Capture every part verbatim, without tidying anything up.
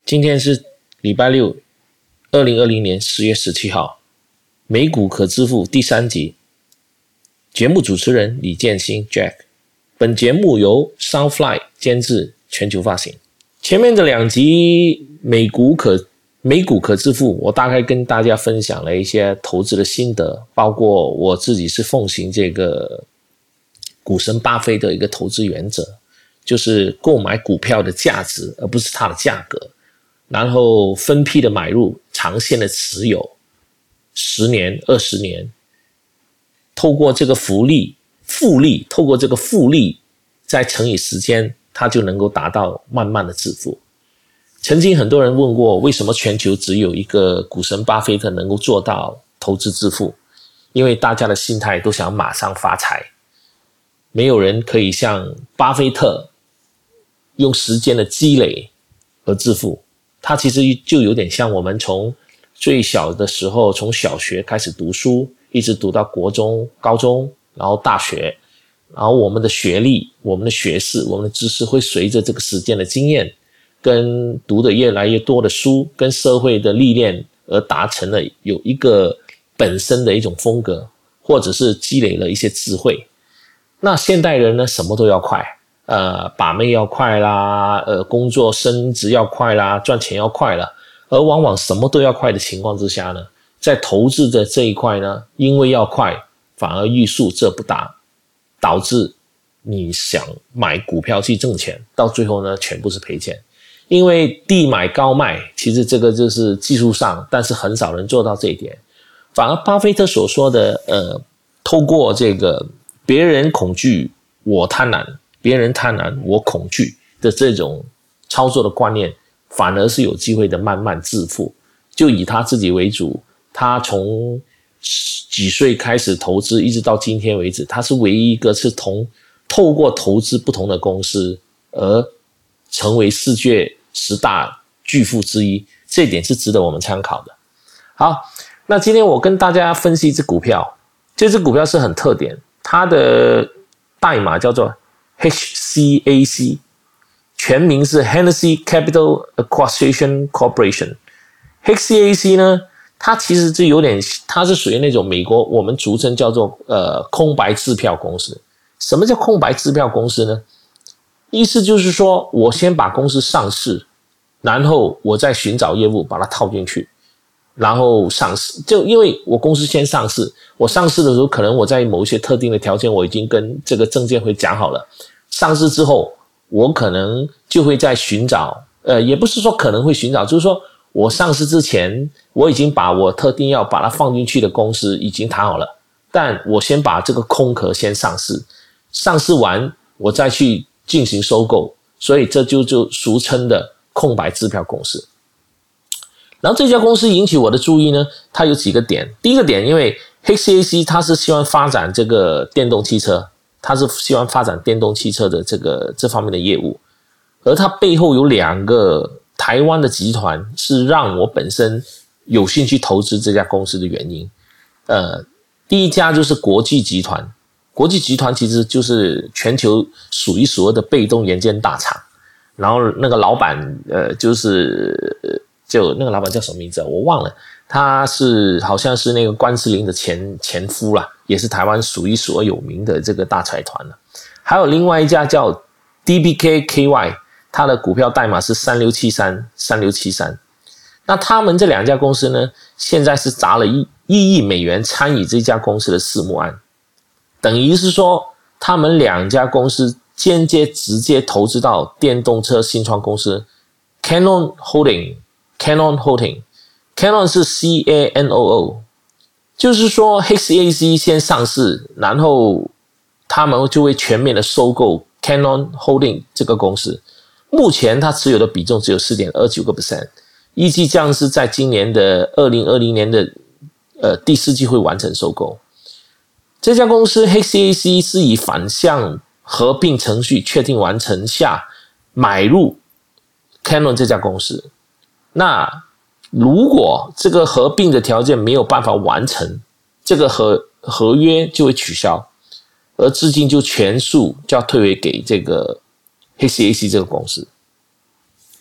今天是礼拜六，二零二零年十月十七号，美股可致富第三集。节目主持人李建新 Jack， 本节目由 Soundfly 监制，全球发行。前面的两集美股可美股可致富，我大概跟大家分享了一些投资的心得，包括我自己是奉行这个股神巴菲特一个投资原则，就是购买股票的价值，而不是它的价格。然后分批的买入，长线的持有，十年、二十年，透过这个复利、复利，透过这个复利，再乘以时间，它就能够达到慢慢的致富。曾经很多人问过，为什么全球只有一个股神巴菲特能够做到投资致富？因为大家的心态都想马上发财，没有人可以像巴菲特用时间的积累而致富。它其实就有点像我们从最小的时候，从小学开始读书，一直读到国中、高中，然后大学，然后我们的学历、我们的学识、我们的知识会随着这个时间的经验，跟读的越来越多的书，跟社会的历练而达成了有一个本身的一种风格，或者是积累了一些智慧。那现代人呢，什么都要快。呃，把妹要快啦，呃，工作升职要快啦，赚钱要快啦，而往往什么都要快的情况之下呢，在投资的这一块呢，因为要快，反而欲速则不达，导致你想买股票去挣钱，到最后呢，全部是赔钱。因为低买高卖，其实这个就是技术上，但是很少人做到这一点。反而巴菲特所说的，呃，透过这个别人恐惧，我贪婪。别人贪婪，我恐惧的这种操作的观念，反而是有机会的慢慢致富。就以他自己为主，他从几岁开始投资，一直到今天为止，他是唯一一个是同透过投资不同的公司而成为世界十大巨富之一，这一点是值得我们参考的。好，那今天我跟大家分析一只股票，这只股票是很特点，它的代码叫做H C A C， 全名是 Hennessy Capital Acquisition Corporation。H C A C 呢，它其实就有点，它是属于那种美国我们俗称叫做呃空白支票公司。什么叫空白支票公司呢？意思就是说，我先把公司上市，然后我再寻找业务把它套进去，然后上市。就因为我公司先上市，我上市的时候，可能我在某一些特定的条件，我已经跟这个证监会讲好了。上市之后，我可能就会在寻找，呃，也不是说可能会寻找，就是说我上市之前，我已经把我特定要把它放进去的公司已经谈好了，但我先把这个空壳先上市，上市完我再去进行收购，所以这就就俗称的空白支票公司。然后这家公司引起我的注意呢，它有几个点。第一个点，因为 H C A C 它是希望发展这个电动汽车，它是希望发展电动汽车的这个这方面的业务，而它背后有两个台湾的集团是让我本身有兴趣投资这家公司的原因。呃，第一家就是国际集团，国际集团其实就是全球数一数二的被动元件大厂，然后那个老板呃就是就那个老板叫什么名字啊？我忘了。他是好像是那个关之琳的前前夫啦，也是台湾数一数二有名的这个大财团了。还有另外一家叫 D B K K Y， 它的股票代码是三六七三 三六七三。那他们这两家公司呢，现在是砸了一亿美元参与这家公司的私募案，等于是说他们两家公司间接直接投资到电动车新创公司 Canon Holding Canon Holding Canon 是 C A N O O， 就是说 H C A C 先上市，然后他们就会全面的收购 Canon Holding 这个公司。目前它持有的比重只有 百分之四点二九， 预计将是在今年的二零二零年的呃第四季会完成收购。这家公司 H C A C 是以反向合并程序确定完成下买入 Canon 这家公司。那如果这个合并的条件没有办法完成，这个合合约就会取消，而资金就全数就要退回给这个 H C A C 这个公司。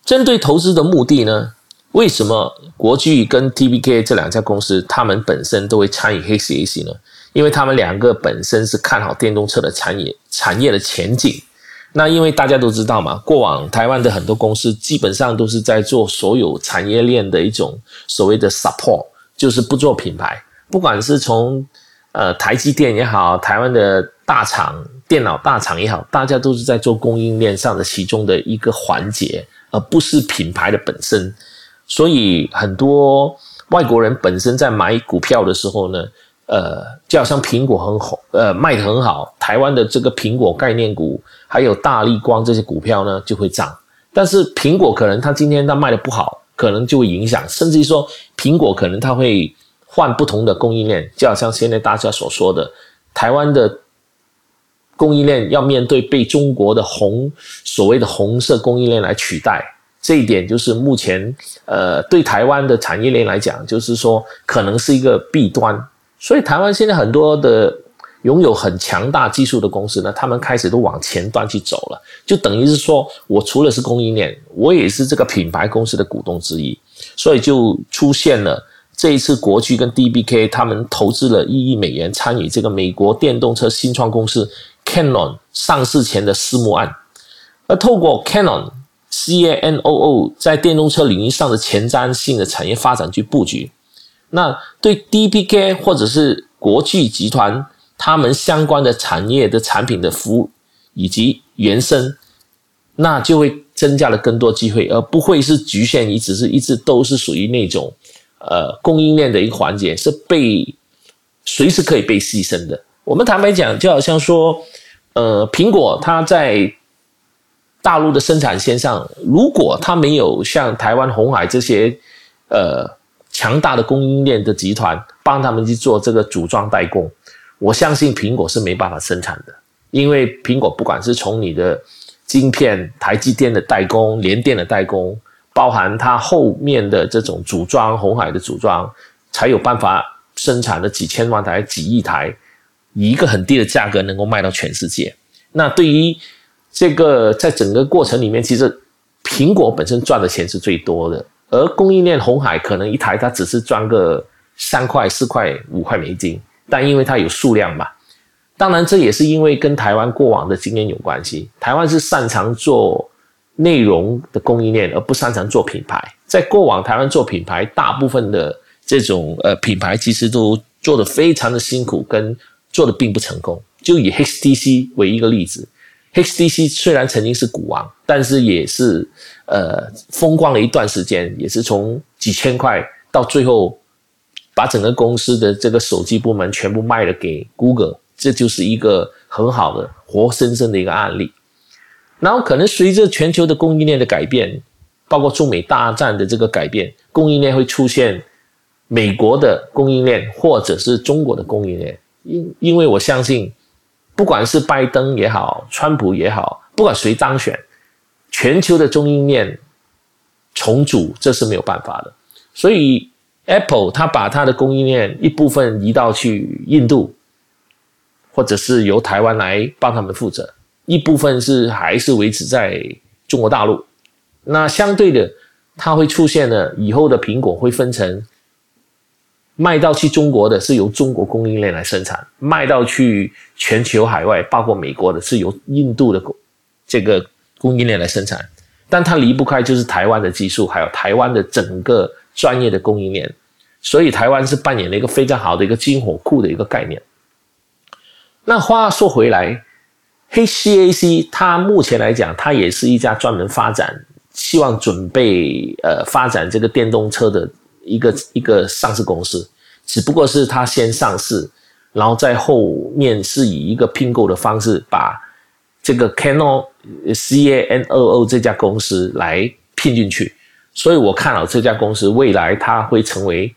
针对投资的目的呢，为什么国巨跟 T B K 这两家公司他们本身都会参与 H C A C 呢？因为他们两个本身是看好电动车的产业产业的前景。那因为大家都知道嘛，过往台湾的很多公司基本上都是在做所有产业链的一种所谓的 support， 就是不做品牌，不管是从呃台积电也好，台湾的大厂电脑大厂也好，大家都是在做供应链上的其中的一个环节，而不是品牌的本身。所以很多外国人本身在买股票的时候呢，呃，就好像苹果很好，呃，卖得很好，台湾的这个苹果概念股，还有大立光这些股票呢就会涨。但是苹果可能它今天它卖得不好，可能就会影响，甚至说苹果可能它会换不同的供应链，就好像现在大家所说的，台湾的供应链要面对被中国的红所谓的红色供应链来取代。这一点就是目前呃对台湾的产业链来讲，就是说可能是一个弊端。所以台湾现在很多的拥有很强大技术的公司呢，他们开始都往前端去走了，就等于是说我除了是供应链，我也是这个品牌公司的股东之一。所以就出现了这一次国巨跟 D B K 他们投资了一亿美元参与这个美国电动车新创公司 Canon 上市前的私募案。而透过 Canon C A N O O 在电动车领域上的前瞻性的产业发展去布局，那对 D B K 或者是国巨集团他们相关的产业的产品的服务以及延伸，那就会增加了更多机会，而不会是局限于只是一直都是属于那种呃供应链的一个环节，是被随时可以被牺牲的。我们坦白讲，就好像说呃苹果它在大陆的生产线上，如果它没有像台湾鸿海这些呃强大的供应链的集团帮他们去做这个组装代工，我相信苹果是没办法生产的。因为苹果不管是从你的晶片，台积电的代工，联电的代工，包含它后面的这种组装，鸿海的组装，才有办法生产的几千万台、几亿台，以一个很低的价格能够卖到全世界。那对于这个在整个过程里面，其实苹果本身赚的钱是最多的，而供应链鸿海可能一台它只是赚个三块、四块、五块美金，但因为它有数量嘛。当然这也是因为跟台湾过往的经验有关系，台湾是擅长做内容的供应链，而不擅长做品牌。在过往台湾做品牌，大部分的这种呃品牌其实都做得非常的辛苦，跟做得并不成功。就以 H T C 为一个例子， H T C 虽然曾经是股王，但是也是呃风光了一段时间，也是从几千块到最后把整个公司的这个手机部门全部卖了给 Google， 这就是一个很好的活生生的一个案例。然后可能随着全球的供应链的改变，包括中美大战的这个改变，供应链会出现美国的供应链或者是中国的供应链。因因为我相信不管是拜登也好，川普也好，不管谁当选，全球的供应链重组这是没有办法的。所以 Apple 它把它的供应链一部分移到去印度，或者是由台湾来帮他们负责，一部分是还是维持在中国大陆。那相对的，它会出现了以后的苹果会分成卖到去中国的是由中国供应链来生产，卖到去全球海外包括美国的是由印度的这个供应链来生产。但它离不开就是台湾的技术，还有台湾的整个专业的供应链。所以台湾是扮演了一个非常好的一个军火库的一个概念。那话说回来， H C A C 它目前来讲，它也是一家专门发展希望准备呃发展这个电动车的一个一个上市公司，只不过是它先上市，然后在后面是以一个并购的方式把这个 Canon C A N O O 这家公司来拼进去。所以我看好这家公司未来它会成为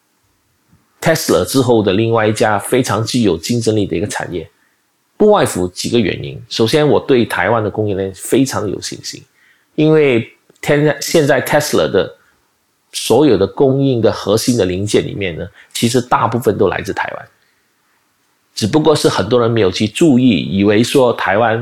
Tesla 之后的另外一家非常具有竞争力的一个产业。不外乎几个原因。首先我对台湾的供应链非常有信心，因为现在 Tesla 的所有的供应的核心的零件里面呢，其实大部分都来自台湾，只不过是很多人没有去注意，以为说台湾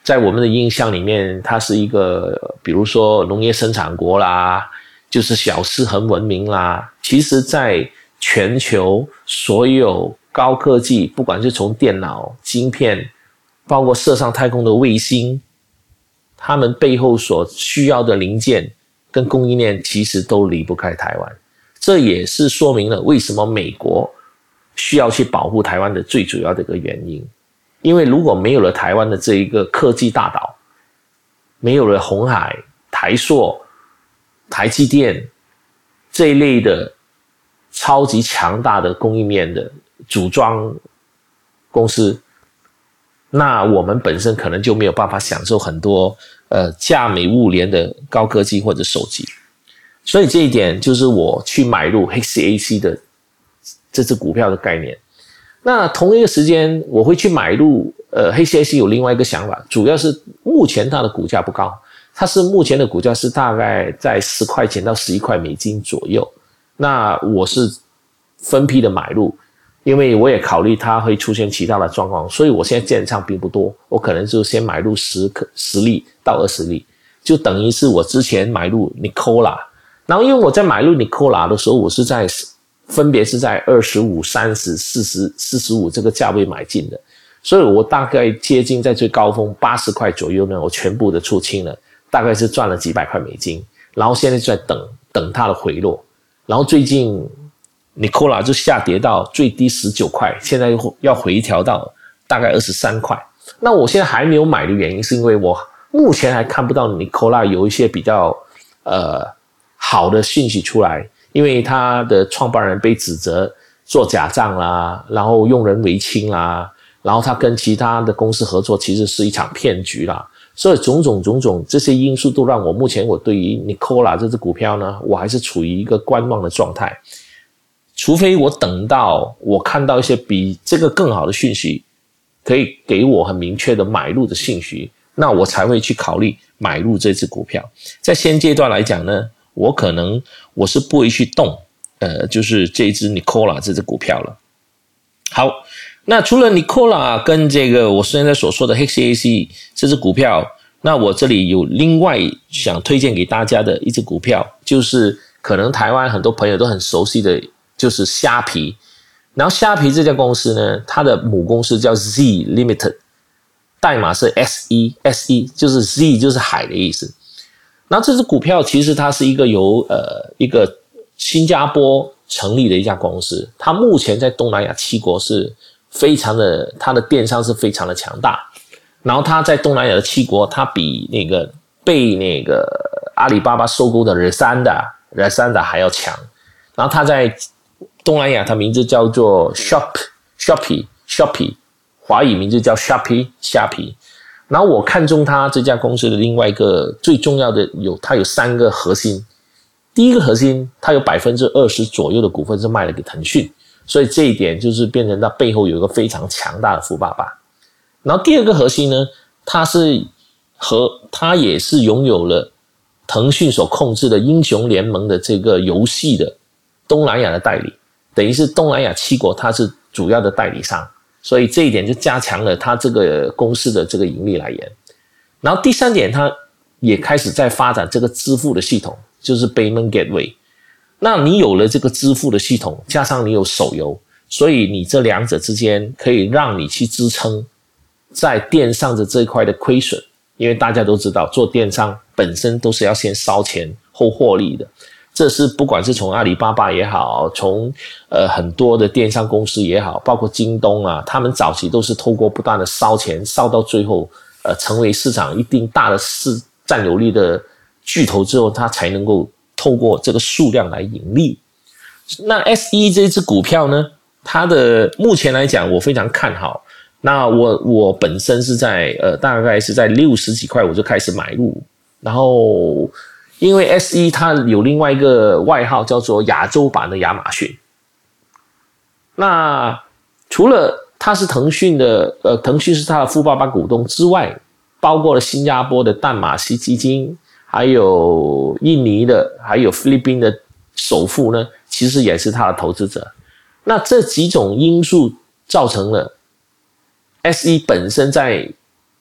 在我们的印象里面，它是一个比如说农业生产国啦，就是小吃很闻名啦。其实在全球所有高科技，不管是从电脑、晶片，包括射上太空的卫星，他们背后所需要的零件跟供应链其实都离不开台湾。这也是说明了为什么美国需要去保护台湾的最主要的一个原因。因为如果没有了台湾的这一个科技大岛，没有了鸿海、台塑、台积电这一类的超级强大的供应链的组装公司，那我们本身可能就没有办法享受很多呃价美物廉的高科技或者手机。所以这一点就是我去买入 H C A C 的这只股票的概念。那同一个时间我会去买入呃 H C A C 有另外一个想法，主要是目前它的股价不高，它是目前的股价是大概在十块钱到十一块美金左右。那我是分批的买入，因为我也考虑它会出现其他的状况，所以我现在建仓并不多，我可能就先买入十十粒到二十粒，就等于是我之前买入 Nikola。然后因为我在买入 Nikola 的时候，我是在分别是在二十五、三十、四十、四十五这个价位买进的，所以我大概接近在最高峰八十块左右呢，我全部的出清了，大概是赚了几百块美金，然后现在就在等等它的回落，然后最近 Nikola 就下跌到最低十九块，现在要回调到大概二十三块。那我现在还没有买的原因是因为我目前还看不到 Nikola 有一些比较呃好的讯息出来，因为他的创办人被指责做假账啦，然后用人唯亲啦，然后他跟其他的公司合作其实是一场骗局啦，所以种种种种这些因素都让我目前我对于 Nikola 这只股票呢，我还是处于一个观望的状态，除非我等到我看到一些比这个更好的讯息，可以给我很明确的买入的信息，那我才会去考虑买入这只股票。在现阶段来讲呢，我可能我是不会去动呃，就是这只 Nikola 这只股票了。好，那除了 Nikola 跟这个我现在所说的 H C A C 这只股票，那我这里有另外想推荐给大家的一只股票，就是可能台湾很多朋友都很熟悉的，就是虾皮。然后虾皮这家公司呢，它的母公司叫 Z Limited， 代码是 S 一 S 一 就是 Z 就是海的意思。然后这只股票其实它是一个由呃一个新加坡成立的一家公司，它目前在东南亚七国是非常的，它的电商是非常的强大。然后它在东南亚的七国，它比那个被那个阿里巴巴收购的 Razanda Razanda 还要强。然后它在东南亚，它名字叫做 Shop Shopee Shopee， 华语名字叫 Shopee 虾皮。然后我看中它这家公司的另外一个最重要的有，它有三个核心。第一个核心，它有 百分之二十 左右的股份是卖了给腾讯，所以这一点就是变成它背后有一个非常强大的富爸爸。然后第二个核心呢，它是和它也是拥有了腾讯所控制的英雄联盟的这个游戏的东南亚的代理，等于是东南亚七国它是主要的代理商。所以这一点就加强了它这个公司的这个盈利来源。然后第三点，它也开始在发展这个支付的系统，就是 Payment Gateway。那你有了这个支付的系统，加上你有手游，所以你这两者之间可以让你去支撑在电商的这一块的亏损。因为大家都知道，做电商本身都是要先烧钱后获利的。这是不管是从阿里巴巴也好，从呃很多的电商公司也好，包括京东啊，他们早期都是透过不断的烧钱，烧到最后呃成为市场一定大的市占有率的巨头之后，它才能够透过这个数量来盈利。那 S 一 这只股票呢，它的目前来讲我非常看好。那我我本身是在呃大概是在六十几块我就开始买入，然后因为 S 一 它有另外一个外号叫做亚洲版的亚马逊。那除了它是腾讯的呃腾讯是它的富爸爸股东之外，包括了新加坡的淡马锡基金，还有印尼的，还有菲律宾的首富呢，其实也是它的投资者。那这几种因素造成了 S 一 本身在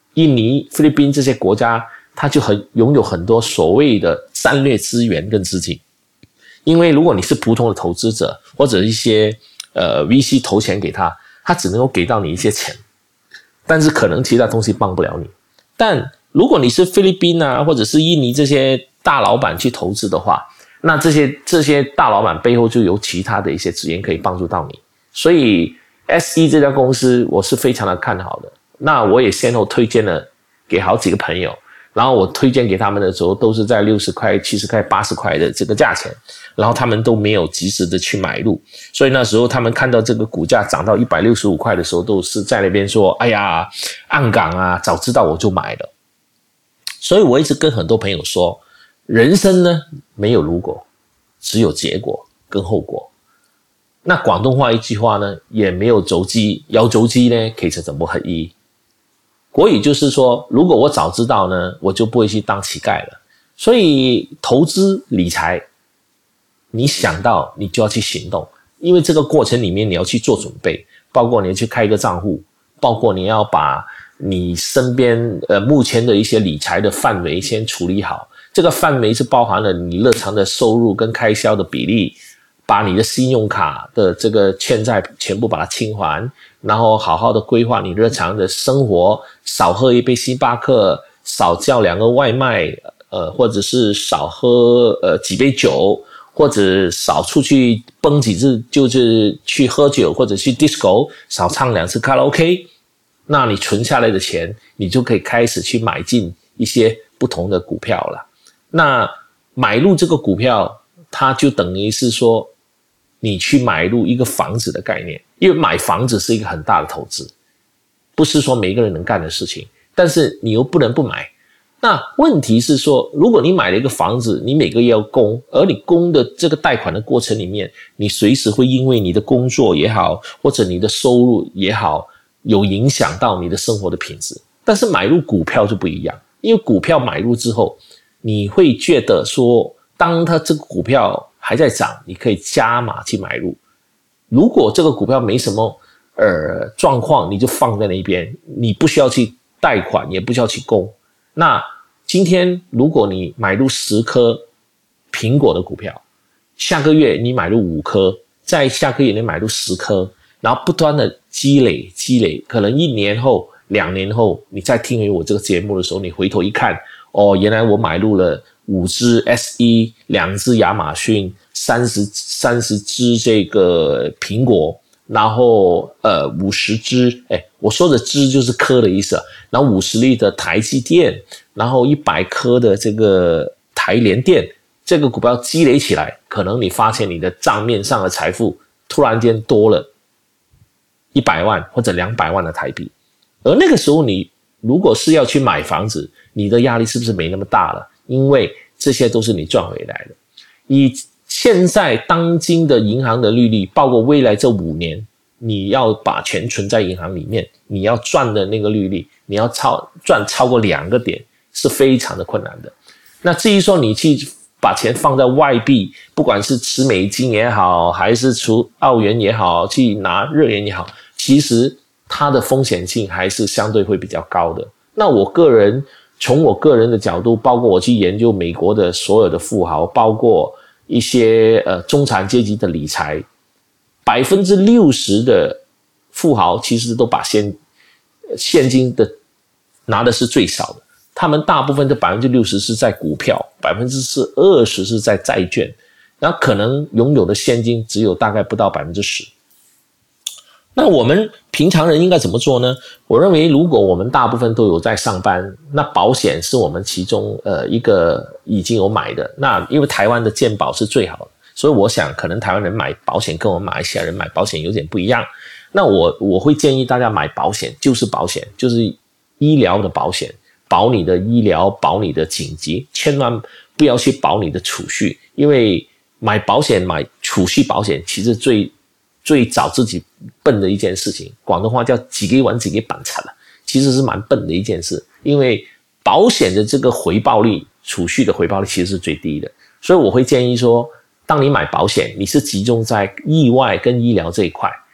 印尼、菲律宾这些国家，它就很拥有很多所谓的战略资源跟资金。因为如果你是普通的投资者或者一些呃 V C 投钱给他，他只能够给到你一些钱，但是可能其他东西帮不了你。但如果你是菲律宾啊或者是印尼这些大老板去投资的话，那这些这些大老板背后就有其他的一些资源可以帮助到你。所以 S E 这家公司我是非常的看好的。那我也先后推荐了给好几个朋友，然后我推荐给他们的时候都是在六十块、七十块、八十块的这个价钱，然后他们都没有及时的去买入，所以那时候他们看到这个股价涨到一百六十五块的时候，都是在那边说：“哎呀，暗港啊，早知道我就买了。”所以我一直跟很多朋友说，人生呢没有如果，只有结果跟后果。那广东话一句话呢，也没有走機，有走機呢，其實就冇乞兒。國語就是說，如果我早知道呢，我就不會去當乞丐了。所以投資理財，你想到你就要去行動，因為這個過程裡面你要去做準備，包括你要去開一個賬戶，包括你要把你身邊呃目前的一些理財的範圍先處理好。這個範圍是包含了你日常的收入跟開銷的比例，把你的信用卡的这个欠债全部把它清还，然后好好的规划你日常的生活，少喝一杯星巴克，少叫两个外卖，呃，或者是少喝呃几杯酒，或者少出去蹦几次，就是去喝酒或者去 disco， 少唱两次卡拉 OK， 那你存下来的钱，你就可以开始去买进一些不同的股票了。那买入这个股票，它就等于是说，你去买入一个房子的概念，因为买房子是一个很大的投资，不是说每个人能干的事情，但是你又不能不买。那问题是说，如果你买了一个房子，你每个月要供，而你供的这个贷款的过程里面，你随时会因为你的工作也好，或者你的收入也好，有影响到你的生活的品质。但是买入股票就不一样，因为股票买入之后，你会觉得说，当它这个股票还在涨，你可以加码去买入。如果这个股票没什么呃状况，你就放在那边，你不需要去贷款，也不需要去供。那今天如果你买入十颗苹果的股票，下个月你买入五颗，再下个月你买入十颗，然后不断的积累积累，可能一年后、两年后，你再听回我这个节目的时候，你回头一看，哦，原来我买入了五只 S E， 两只亚马逊，三十三十只这个苹果，然后呃五十只，哎，我说的只就是颗的意思，然后五十粒的台积电，然后一百颗的这个台联电，这个股票积累起来，可能你发现你的账面上的财富突然间多了一百万或者两百万的台币，而那个时候你如果是要去买房子，你的压力是不是没那么大了？因为这些都是你赚回来的。以现在当今的银行的利率，包括未来这五年，你要把钱存在银行里面，你要赚的那个利率，你要超赚超过两个点，是非常的困难的。那至于说你去把钱放在外币，不管是持美金也好，还是除澳元也好，去拿日元也好，其实它的风险性还是相对会比较高的。那我个人从我个人的角度，包括我去研究美国的所有的富豪，包括一些呃中产阶级的理财，百分之六十的富豪其实都把现现金的拿的是最少的，他们大部分的百分之六十是在股票，百分之二十是在债券，然后可能拥有的现金只有大概不到百分之十。那我们平常人应该怎么做呢？我认为如果我们大部分都有在上班，那保险是我们其中呃一个已经有买的。那因为台湾的健保是最好的，所以我想可能台湾人买保险跟我们马来西亚人买保险有点不一样。那我我会建议大家买保险，就是保险，就是医疗的保险，保你的医疗，保你的紧急，千万不要去保你的储蓄，因为买保险买储蓄保险其实最最找自己笨的一件事情，广东话叫自己玩自己板擦了，其实是蛮笨的一件事，因为保险的这个回报率，储蓄的回报率其实是最低的，所以我会建议说，当你买保险，你是集中在意外跟医疗这一块，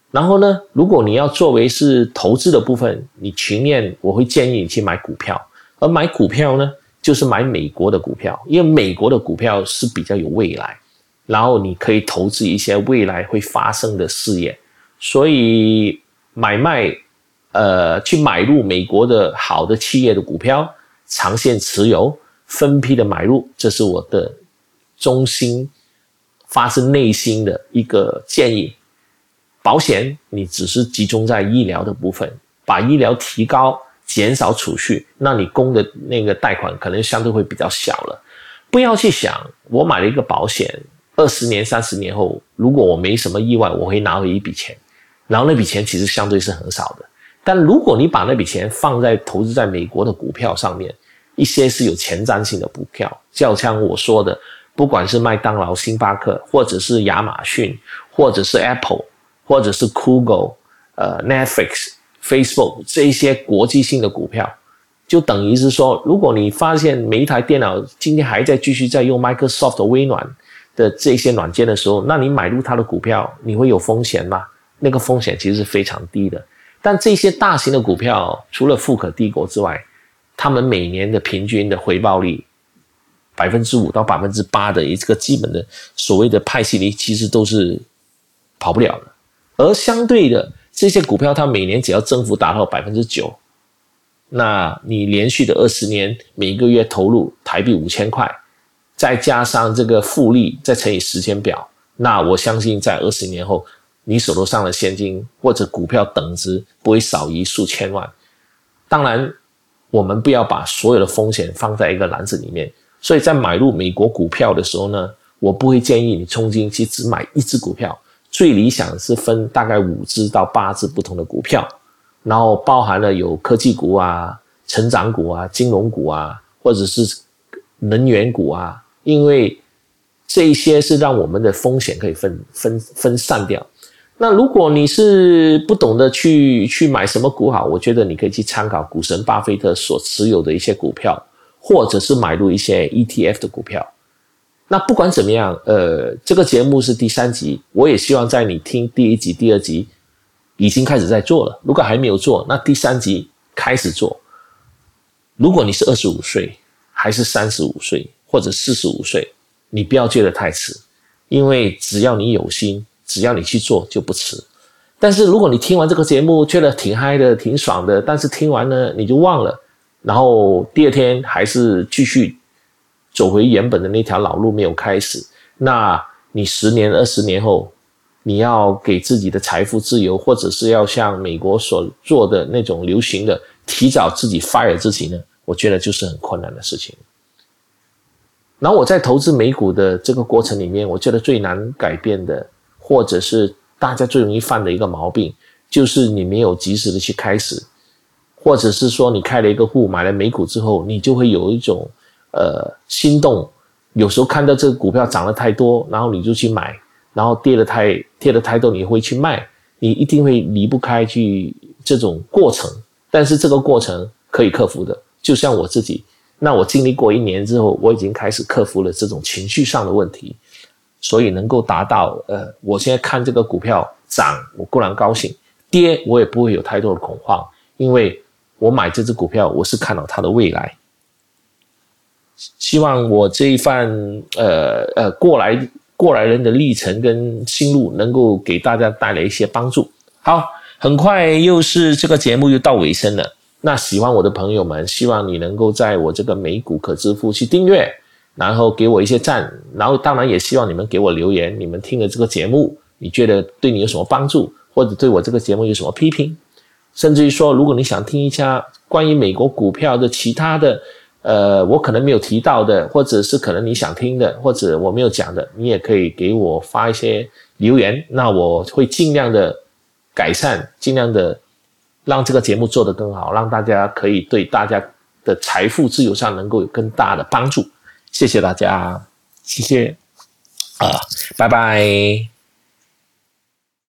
然后呢，如果你要作为是投资的部分，你情愿我会建议你去买股票，而买股票呢，就是买美国的股票，因为美国的股票是比较有未来，然后你可以投资一些未来会发生的事业，所以买卖呃去买入美国的好的企业的股票，长线持有，分批的买入，这是我的衷心发自内心的一个建议。保险你只是集中在医疗的部分，把医疗提高，减少储蓄，那你供的那个贷款可能相对会比较小了。不要去想我买了一个保险，二十年三十年后如果我没什么意外，我会拿回一笔钱，然后那笔钱其实相对是很少的。但如果你把那笔钱放在投资在美国的股票上面，一些是有前瞻性的股票，就像我说的，不管是麦当劳、星巴克，或者是亚马逊，或者是 Apple， 或者是 Google、呃 Netflix、Facebook 这一些国际性的股票，就等于是说，如果你发现每一台电脑今天还在继续在用 Microsoft 微软的这些软件的时候，那你买入它的股票，你会有风险吗？那个风险其实是非常低的。但这些大型的股票，除了富可敌国之外，他们每年的平均的回报率 百分之五 到 百分之八 的一个基本的所谓的派息率，其实都是跑不了的。而相对的，这些股票它每年只要增幅达到 百分之九， 那你连续的二十年每个月投入台币五千块，再加上这个复利再乘以时间表，那我相信在二十年后你手头上的现金或者股票等值不会少于数千万。当然我们不要把所有的风险放在一个篮子里面，所以在买入美国股票的时候呢，我不会建议你冲进去只买一只股票，最理想是分大概五只到八只不同的股票，然后包含了有科技股啊、成长股啊、金融股啊，或者是能源股啊，因为这一些是让我们的风险可以分分分散掉。那如果你是不懂得去去买什么股好，我觉得你可以去参考股神巴菲特所持有的一些股票，或者是买入一些 E T F 的股票。那不管怎么样，呃，这个节目是第三集，我也希望在你听第一集、第二集已经开始在做了。如果还没有做，那第三集开始做。如果你是二十五岁，还是三十五岁，或者四十五岁，你不要觉得太迟，因为只要你有心，只要你去做就不迟。但是如果你听完这个节目觉得挺嗨的、挺爽的，但是听完呢你就忘了，然后第二天还是继续走回原本的那条老路没有开始，那你十年、二十年后，你要给自己的财富自由，或者是要像美国所做的那种流行的提早自己 fire 自己呢，我觉得就是很困难的事情。然后我在投资美股的这个过程里面，我觉得最难改变的，或者是大家最容易犯的一个毛病，就是你没有及时的去开始，或者是说你开了一个户，买了美股之后，你就会有一种呃心动，有时候看到这个股票涨得太多，然后你就去买，然后跌得太跌得太多，你会去卖，你一定会离不开去这种过程。但是这个过程可以克服的，就像我自己，那我经历过一年之后，我已经开始克服了这种情绪上的问题，所以能够达到呃，我现在看这个股票涨，我固然高兴，跌我也不会有太多的恐慌，因为我买这只股票，我是看到它的未来。希望我这一番呃呃过来过来人的历程跟心路，能够给大家带来一些帮助。好，很快又是这个节目又到尾声了。那喜欢我的朋友们，希望你能够在我这个美股可支付去订阅，然后给我一些赞，然后当然也希望你们给我留言，你们听了这个节目，你觉得对你有什么帮助，或者对我这个节目有什么批评，甚至于说，如果你想听一下关于美国股票的其他的，呃，我可能没有提到的，或者是可能你想听的，或者我没有讲的，你也可以给我发一些留言，那我会尽量的改善，尽量的让这个节目做得更好，让大家可以对大家的财富自由上能够有更大的帮助。谢谢大家，谢谢啊，拜拜。